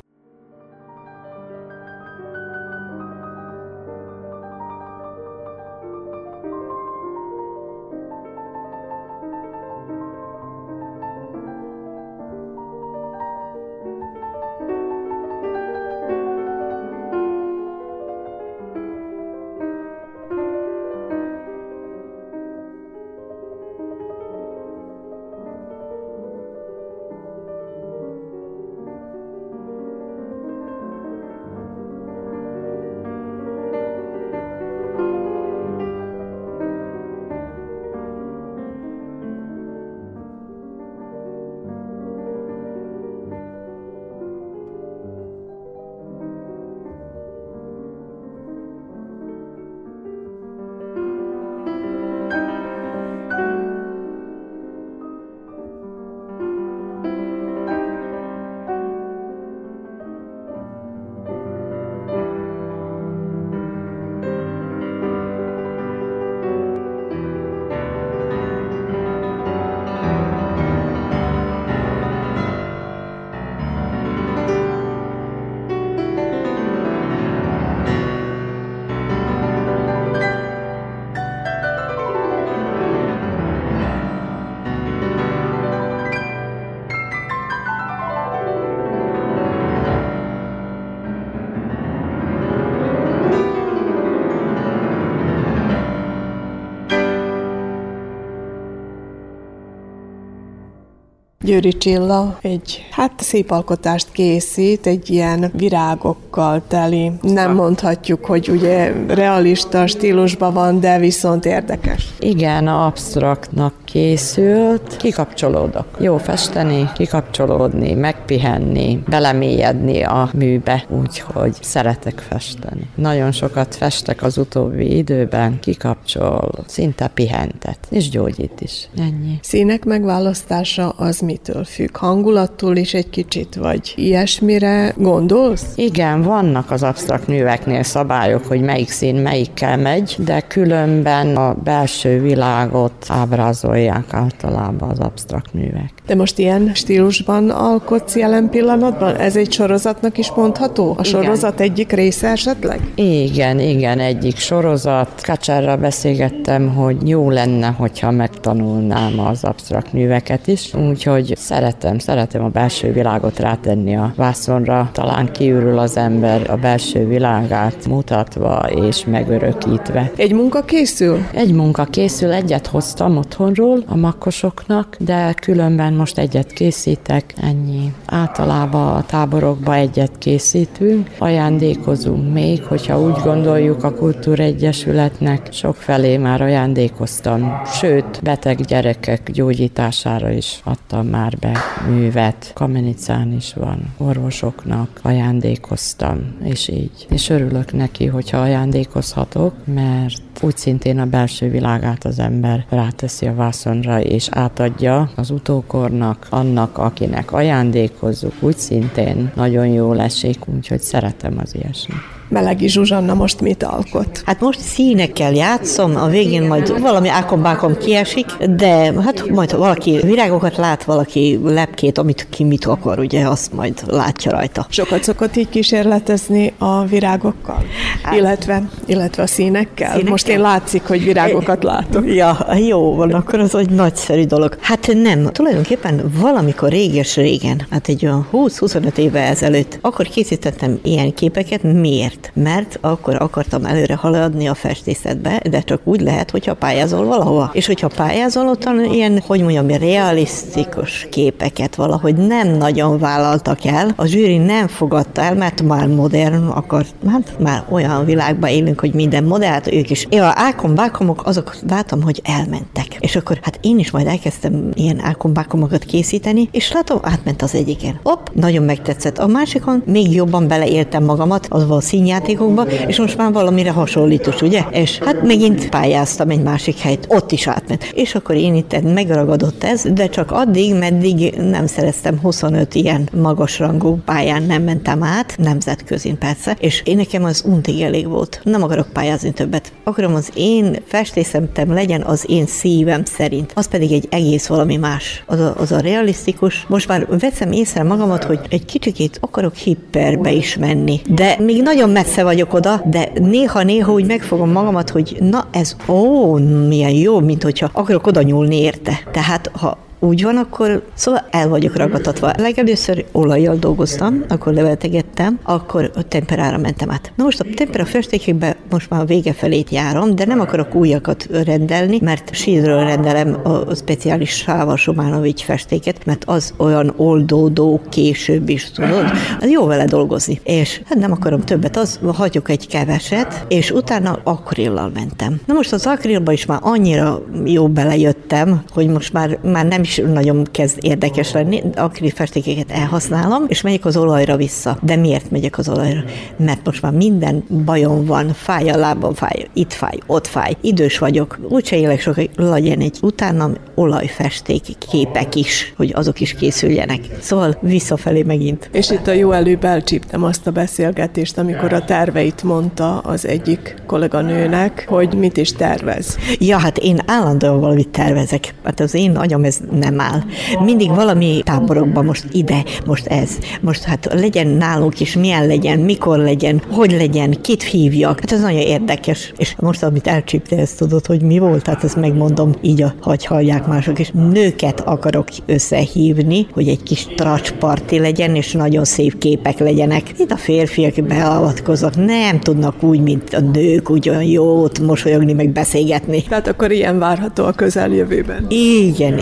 Győri Csilla egy hát szép alkotást készít, egy ilyen virágokkal teli. Nem mondhatjuk, hogy ugye realista stílusban van, de viszont érdekes. Igen, absztraktnak készült. Kikapcsolódok. Jó festeni, kikapcsolódni, megpihenni, belemélyedni a műbe, úgyhogy szeretek festeni. Nagyon sokat festek az utóbbi időben, kikapcsol, szinte pihentet, és gyógyít is. Ennyi. Színek megválasztása az mitől függ? Hangulattól is egy kicsit, vagy ilyesmire gondolsz? Igen, vannak az absztrakt műveknél szabályok, hogy melyik szín melyikkel megy, de különben a belső világot ábrázolják általában az absztrakt művek. De most ilyen stílusban alkotsz jelen pillanatban? Ez egy sorozatnak is mondható? A sorozat igen. Egyik része esetleg? Igen, igen, egyik sorozat. Kacsárral beszélgettem, hogy jó lenne, hogyha megtanulnám az absztrakt műveket is, úgyhogy szeretem, szeretem a belső világot rátenni a vászonra. Talán kiürül az ember a belső világát mutatva és megörökítve. Egy munka készül? Egy munka készül, egyet hoztam otthonról a makkosoknak, de különben most egyet készítek, ennyi. Általában a táborokba egyet készítünk, ajándékozunk még, hogyha úgy gondoljuk a Kultúregyesületnek, sokfelé már ajándékoztam, sőt, beteg gyerekek gyógyítására is adtam már be művet. Kamenicán is van, orvosoknak ajándékoztam, és így. És örülök neki, hogyha ajándékozhatok, mert úgy szintén a belső világát az ember ráteszi a vászonra, és átadja az utókornak, annak, akinek ajándékozzuk, úgy szintén nagyon jól esik, úgyhogy szeretem az ilyesmit. Melegi Zsuzsanna most mit alkot? Hát most színekkel játszom, a végén majd valami ákombákom kiesik, de hát majd valaki virágokat lát, valaki lepkét, amit ki mit akar, ugye azt majd látja rajta. Sokat szokott így kísérletezni a virágokkal? Hát, illetve, illetve a színekkel? színekkel? Most én látszik, hogy virágokat látok. Ja, jó van, akkor az egy nagyszerű dolog. Hát nem, tulajdonképpen valamikor réges-régen, hát egy olyan húsz-huszonöt éve ezelőtt, akkor készítettem ilyen képeket. Miért? Mert akkor akartam előre haladni a festészetbe, de csak úgy lehet, hogyha pályázol valahova. És hogyha pályázol, ottan ilyen, hogy mondjam, realisztikus képeket valahogy nem nagyon vállaltak el. A zsűri nem fogadta el, mert már modern akart, hát már olyan világban élünk, hogy minden modern, hát ők is. Én a ákombákomok, azok látom, hogy elmentek. És akkor hát én is majd elkezdtem ilyen ákombákomokat készíteni, és látom, átment az egyiken. Hopp, nagyon megtetszett. A másikon még jobban beleéltem magamat, az volt színjátékokba, és most már valamire hasonlítós, ugye? És hát megint pályáztam egy másik helyt, ott is átment. És akkor én itt megragadott ez, de csak addig, meddig nem szereztem huszonöt ilyen magasrangú pályán, nem mentem át, nemzetközin persze, és én nekem az untig elég volt. Nem akarok pályázni többet. Akarom az én festészetem legyen az én szívem szerint. Az pedig egy egész valami más. Az a, az a realisztikus. Most már veszem észre magamat, hogy egy kicsikét akarok hiperbe is menni. De még nagyon messze vagyok oda, de néha-néha úgy megfogom magamat, hogy na ez, ó, milyen jó, mint hogyha akarok oda nyúlni érte. Tehát, ha úgy van, akkor szóval el vagyok ragadtatva. Legelőször olajjal dolgoztam, akkor leveltegettem, akkor a temperára mentem át. Na most a tempera festékekben most már a vége felét járom, de nem akarok újakat rendelni, mert sídről rendelem a speciális Sáva Somanovics festéket, mert az olyan oldódó később is, tudod? Jó vele dolgozni. És hát nem akarom többet, az hagyjuk egy keveset, és utána akrillal mentem. Na most az akrillba is már annyira jó belejöttem, hogy most már, már nem is nagyon kezd érdekes lenni, akrill festékeket elhasználom, és megyek az olajra vissza. De miért megyek az olajra? Mert most már minden bajom van, fáj a lábam, fáj, itt fáj, ott fáj, idős vagyok, úgyse élek sok, legyen egy utánam olajfesték képek is, hogy azok is készüljenek. Szóval visszafelé megint. És itt a jó előbb elcsíptem azt a beszélgetést, amikor a terveit mondta az egyik kolléganőnek, hogy mit is tervez. Ja, hát én állandóan valamit tervezek. Hát az én agyam ez nem áll. Mindig valami táborokban, most ide, most ez, most hát legyen nálunk is, milyen legyen, mikor legyen, hogy legyen, kit hívjak. Hát ez nagyon érdekes. És most, amit elcsípte, ezt tudod, hogy mi volt, hát ezt megmondom így, hogy hallják mások is. Nőket akarok összehívni, hogy egy kis tracsparti legyen, és nagyon szép képek legyenek. Itt a férfiak beavatkoznak, nem tudnak úgy, mint a nők, úgy olyan jót mosolyogni, meg beszélgetni. Tehát akkor ilyen várható a közeljövőben. Igen, igen, ilyen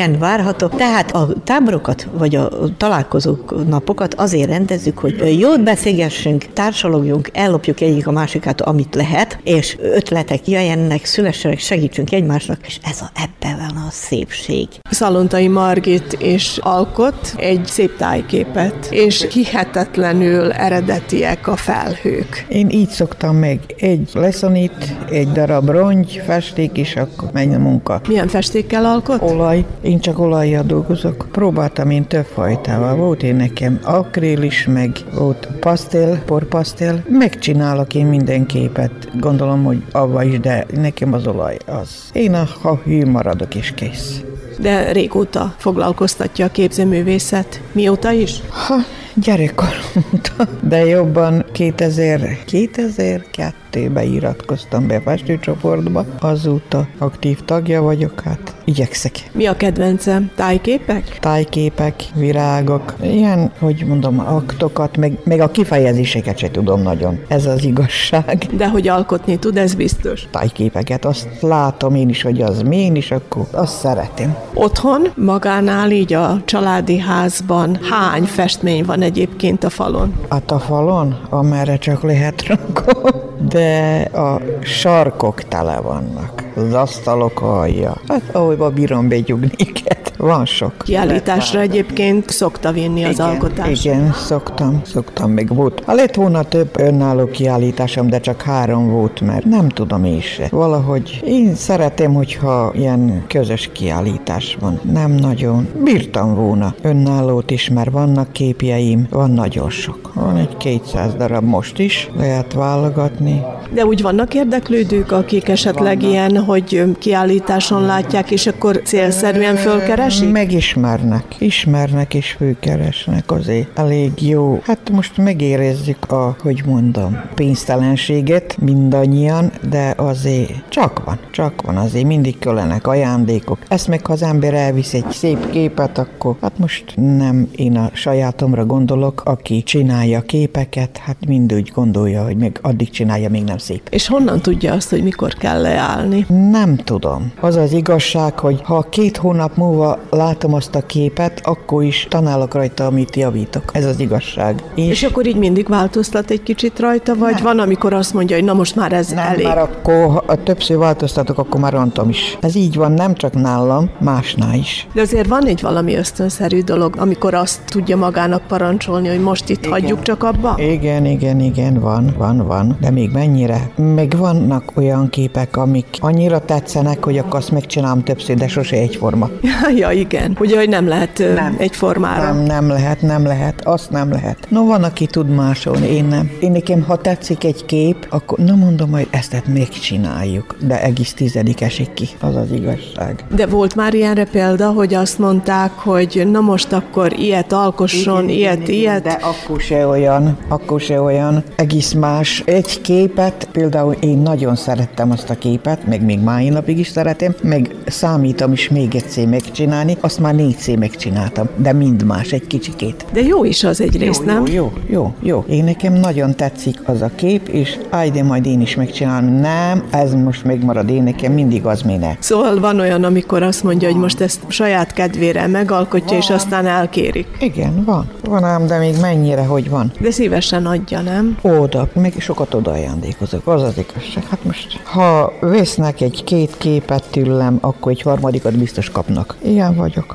ilyen várható. Tehát a táborokat, vagy a találkozók napokat azért rendezzük, hogy jót beszélgessünk, társalogjunk, ellopjuk egyik a másikát, amit lehet, és ötletek jöjjenek, szülessenek, segítsünk egymásnak, és ez a, ebben van a szépség. Szalontai Margit és alkot egy szép tájképet, és hihetetlenül eredetiek a felhők. Én így szoktam meg. Egy leszonít, egy darab rongy, festék, és akkor megy a munka. Milyen festékkel alkot? Olaj. Én csak olajjal dolgozok. Próbáltam én több fajtával. Volt én nekem akrilis, meg volt pasztél, porpasztél. Megcsinálok én minden képet. Gondolom, hogy avva is, de nekem az olaj az. Én a, ha hű maradok, és kész. De régóta foglalkoztatja a képzőművészet. Mióta is? Ha, gyerekkor óta. De jobban kétezer, kétezer-kettőben iratkoztam be a festőcsoportba. Azóta aktív tagja vagyok, hát igyekszek. Mi a kedvencem? Tájképek? Tájképek, virágok, ilyen, hogy mondom, aktokat, meg, meg a kifejezéseket se tudom nagyon. Ez az igazság. De hogy alkotni tud, ez biztos. Tájképeket, azt látom én is, hogy az mén is, akkor azt szeretem. Otthon, magánál, így a családi házban hány festmény van egyébként a falon? Hát a falon, amerre csak lehet rakom, de a sarkok tele vannak. Az asztalok alja. Hát ahova bírom begyugni őket. Van sok. Kiállításra egyébként szokta vinni az igen, alkotást. Igen, szoktam, szoktam még volt. Ha lett volna több önálló kiállításom, de csak három volt, mert nem tudom én se. Valahogy én szeretem, hogyha ilyen közös kiállítás van. Nem nagyon. Bírtam volna önállót is, mert vannak képjeim, van nagyon sok. Van egy kétszáz darab most is, lehet válogatni. De úgy vannak érdeklődők, akik esetleg vannak. Ilyen, hogy kiállításon látják, és akkor célszerűen fölkeresik? Megismernek. Ismernek és fölkeresnek azért. Elég jó. Hát most megérezzük a, hogy mondom, pénztelenséget mindannyian, de azért csak van. Csak van azért. Mindig kellenek ajándékok. Ezt meg, ha az ember elvisz egy szép képet, akkor hát most nem én a sajátomra gondolok, aki csinálja képeket, hát mind úgy gondolja, hogy még addig csinálja, még nem szép. És honnan tudja azt, hogy mikor kell leállni? Nem tudom. Az az igazság, hogy ha két hónap múlva látom azt a képet, akkor is tanálok rajta, amit javítok. Ez az igazság. És, és akkor így mindig változtat egy kicsit rajta, vagy nem. Van, amikor azt mondja, hogy na most már ez nem, elég? Nem, már akkor, ha többször változtatok, akkor már rontom is. Ez így van, nem csak nálam, másnál is. De azért van egy valami ösztönszerű dolog, amikor azt tudja magának parancsolni, hogy most itt igen. hagyjuk csak abba? Igen, igen, igen, van, van, van. De még mennyire? Meg vannak olyan képek, amik annyira tetszenek, hogy akkor azt megcsinálom többször, de sose egyforma. Ja, igen. Ugye, hogy nem lehet nem. egyformára. Nem, nem lehet, nem lehet. Azt nem lehet. No, van, aki tud másolni, én nem. Én nekem, ha tetszik egy kép, akkor no, mondom, hogy ezt megcsináljuk. De egész tizedik esik ki. Az az igazság. De volt már ilyenre példa, hogy azt mondták, hogy na most akkor ilyet alkosson, igen, ilyet, igen, ilyet. De akkor se olyan, akkor se olyan. Egész más. Egy képet, például én nagyon szerettem azt a képet, meg még mai napig is szeretem, meg számítom is még egyszer megcsinálni, azt már négyszer megcsináltam, de mind más, egy kicsikét. De jó is az egyrészt, nem? Jó, jó, jó, jó. Én nekem nagyon tetszik az a kép, és áj, de majd én is megcsinálom. Nem, ez most megmarad, én nekem mindig az méne. Szóval van olyan, amikor azt mondja, hogy most ezt saját kedvére megalkotja, van. És aztán elkérik. Igen, van. Van ám, de még mennyire, hogy van. De szívesen adja, nem? Oda, meg sokat oda ajándékozok, az az igazság. Hát most, ha vesznek egy-két képet tőlem, akkor egy harmadikat biztos kapnak. Ilyen vagyok.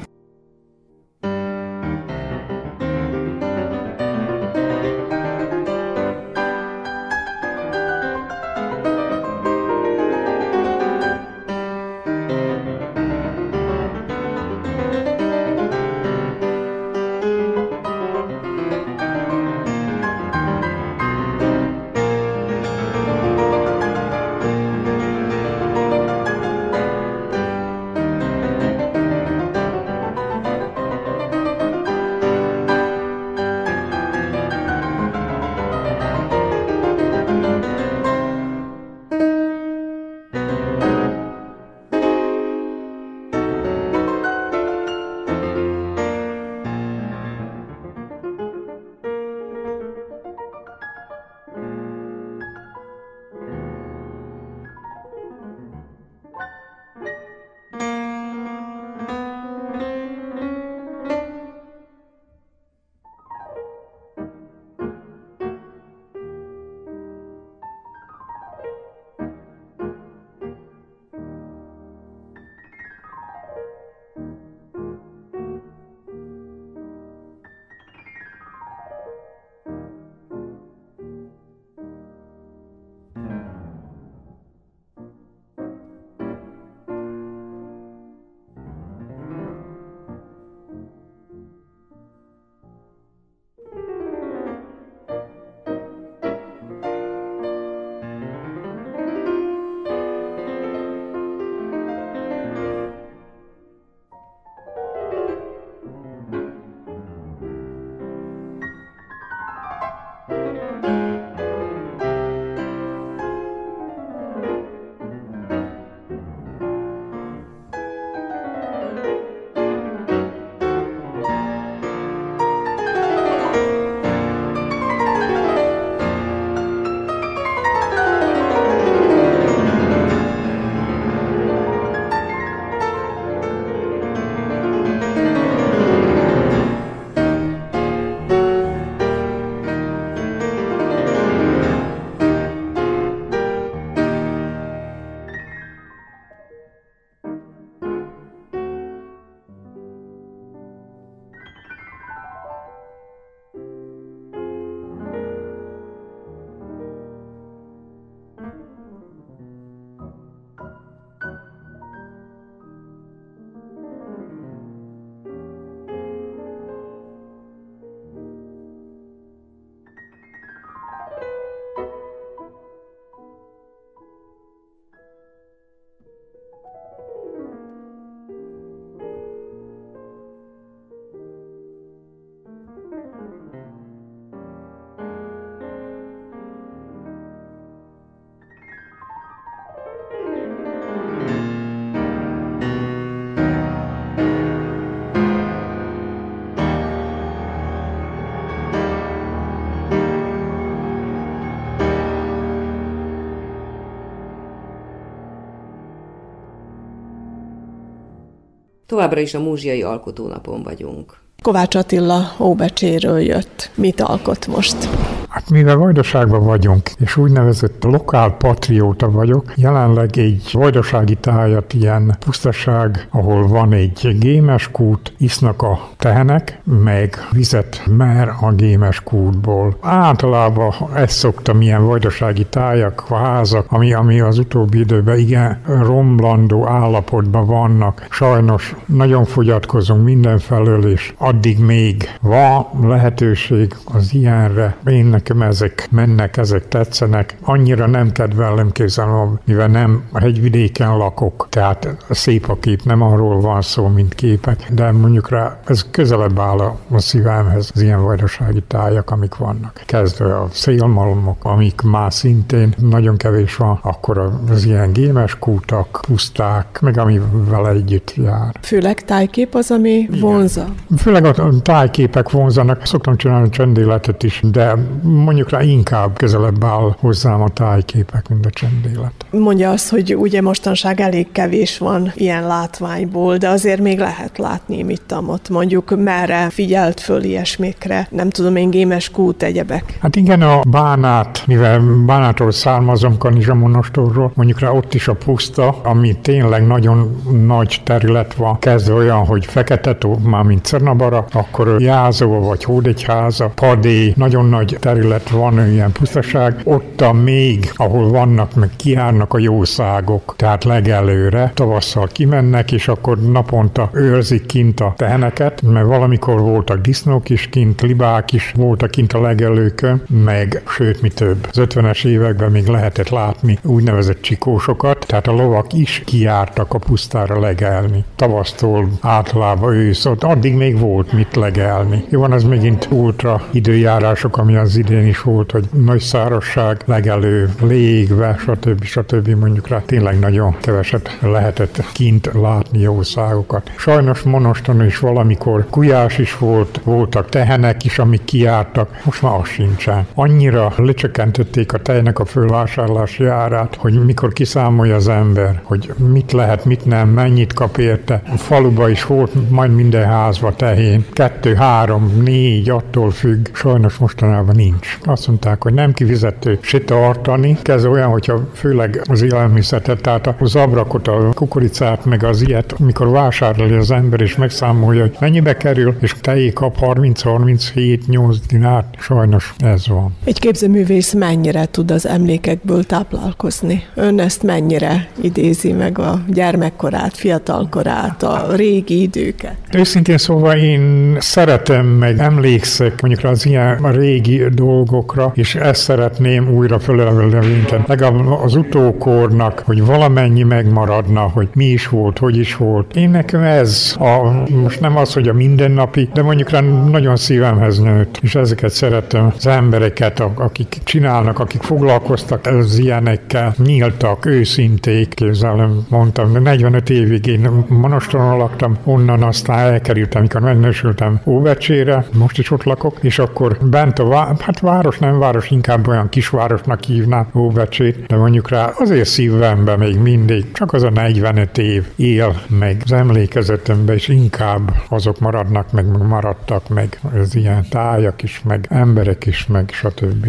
Továbbra is a Múzsiai Alkotónapon vagyunk. Kovács Attila Óbecséről jött. Mit alkot most? Hát mivel Vajdaságban vagyunk, és úgynevezett lokál patrióta vagyok, jelenleg egy vajdasági tájat, ilyen pusztaság, ahol van egy gémes kút, isznak a tehenek, meg vizet mer a gémes kútból. Általában ezt szoktam, ilyen vajdasági tájak, házak, ami, ami az utóbbi időben igen romlandó állapotban vannak. Sajnos nagyon fogyatkozunk mindenfelől, és addig még van lehetőség az ilyenre. Én nekem ezek mennek, ezek tetszenek. Annyira nem kedvelem, képzelem, mivel nem a hegyvidéken lakok, tehát szép a kép, nem arról van szó, mint képek, de mondjuk rá ez közelebb áll a, a szívemhez, az ilyen vajdasági tájak, amik vannak. Kezdve a szélmalmok, amik már szintén nagyon kevés van, akkor az ilyen gémes kútak, puszták, meg ami vele együtt jár. Főleg tájkép az, ami vonza? Főleg a tájképek vonzanak. Szoktam csinálni csendéletet is, de mondjuk rá inkább közelebb áll hozzám a tájképek, mint a csendélet. Mondja azt, hogy ugye mostanság elég kevés van ilyen látványból, de azért még lehet látni mit-tamot. Mondjuk merre figyelt föl ilyesmikre, nem tudom én, gémes kút, egyebek. Hát igen, a Bánát, mivel Bánátról származom, Kanizsa monostorról, mondjuk rá ott is a puszta, ami tényleg nagyon nagy terület van, kezdve olyan, hogy Fekete-tó, már mint Czernabara, akkor Jászó vagy Hódegyháza, Padé, nagyon nagy terület van, ilyen pusztaság. Ott a még, ahol vannak, meg kijárnak a jószágok, tehát legelőre, tavasszal kimennek, és akkor naponta őrzik kint a teheneket, mert valamikor voltak disznók is kint, libák is voltak kint a legelőkön, meg sőt, mi több. Az ötvenes években még lehetett látni úgynevezett csikósokat, tehát a lovak is kijártak a pusztára legelni. Tavasztól általában ősz, ott addig még volt mit legelni. Jó, van az megint ultra időjárások, ami az idén is volt, hogy nagy szárazság, legelő, légve, stb. stb. Mondjuk rá tényleg nagyon keveset lehetett kint látni jószágokat. Sajnos monoston is valamikor kujás is volt, voltak tehenek is, amik kijártak, most már az sincsen. Annyira lecsökkentették a tejnek a fölvásárlási árát, hogy mikor kiszámolja az ember, hogy mit lehet, mit nem, mennyit kap érte. A faluba is volt majd minden házba tehén. Kettő, három, négy, attól függ. Sajnos mostanában nincs. Azt mondták, hogy nem kifizető se tartani. Ez olyan, hogyha főleg az élelmiszert, tehát az abrakot, a kukoricát, meg az ilyet, mikor vásárolja az ember, és megszámolja, hogy mennyibe kerül, és tejé kap harminc harminchét nyolc dinárt. Sajnos ez van. Egy képzőművész mennyire tud az emlékekből táplálkozni? Ön ezt mennyire idézi meg a gyermekkorát, fiatalkorát, a régi időket? Őszintén szóval én szeretem, meg emlékszek mondjuk az ilyen a régi dolgokra, és ezt szeretném újra fölelvelni, legalább az utókornak, hogy valamennyi megmaradna, hogy mi is volt, hogy is volt. Én nekem ez a, most nem az, hogy a mindennapi, de mondjuk rá nagyon szívemhez nőtt, és ezeket szeretem, az embereket, akik csinálnak, akik foglalkoztak az ilyenekkel, nyíltak, őszinték, képzelem, mondtam, de negyvenöt évig én monostoron laktam, onnan aztán elkerültem, amikor megnősültem Óbecsére, most is ott lakok, és akkor bent a vá- hát város, nem város, inkább olyan kisvárosnak hívnám Óbecsét, de mondjuk rá azért szívemben még mindig, csak az a negyvenöt év él, meg az emlékezetemben is inkább azok maradnak, meg, meg maradtak, meg az ilyen tájak is, meg emberek is, meg stb.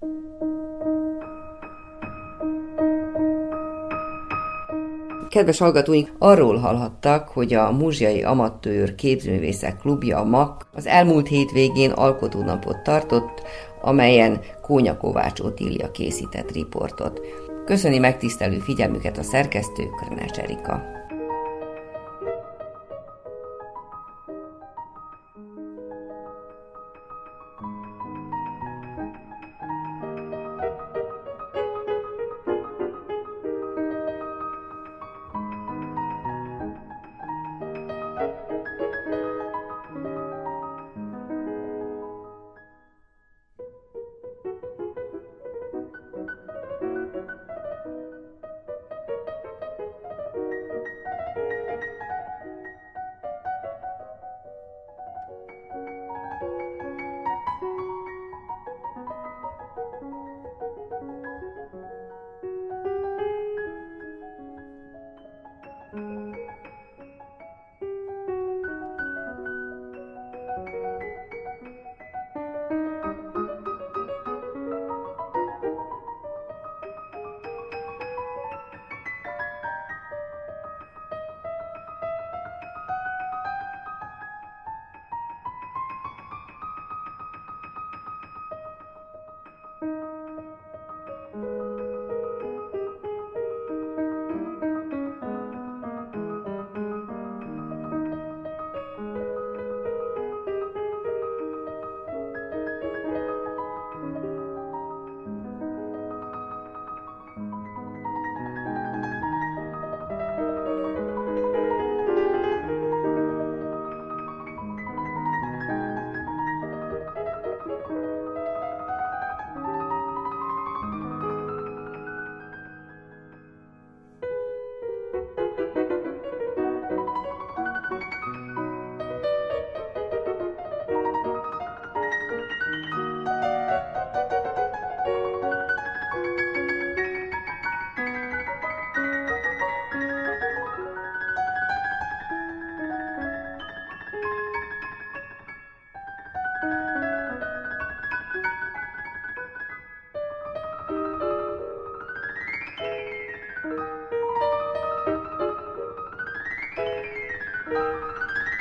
Kedves hallgatóink, arról hallhattak, hogy a Múzsiai Amatőr Képzőművészek Klubja, a MAK, az elmúlt hétvégén alkotónapot tartott, amelyen Kónya Kovács Otília készített riportot. Köszöni megtisztelő figyelmüket a szerkesztő, Krnács Erika.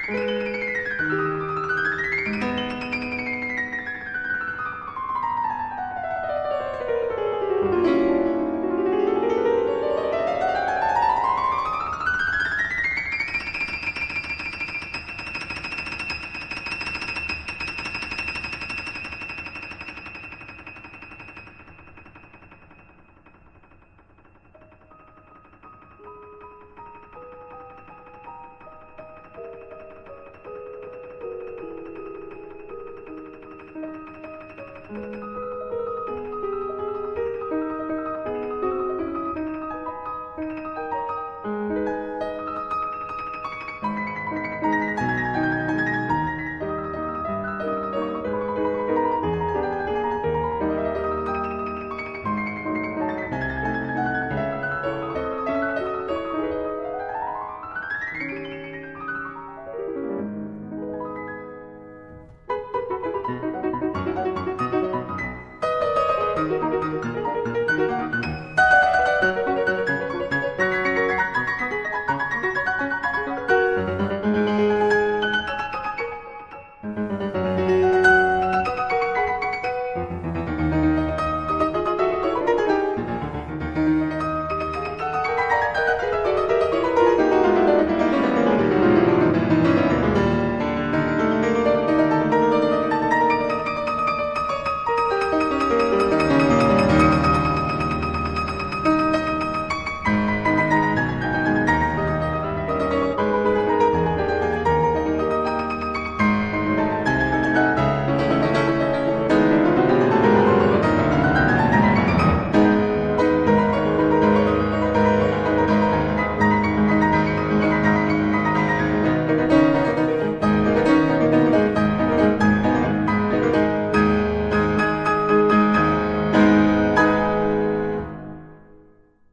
Thank you.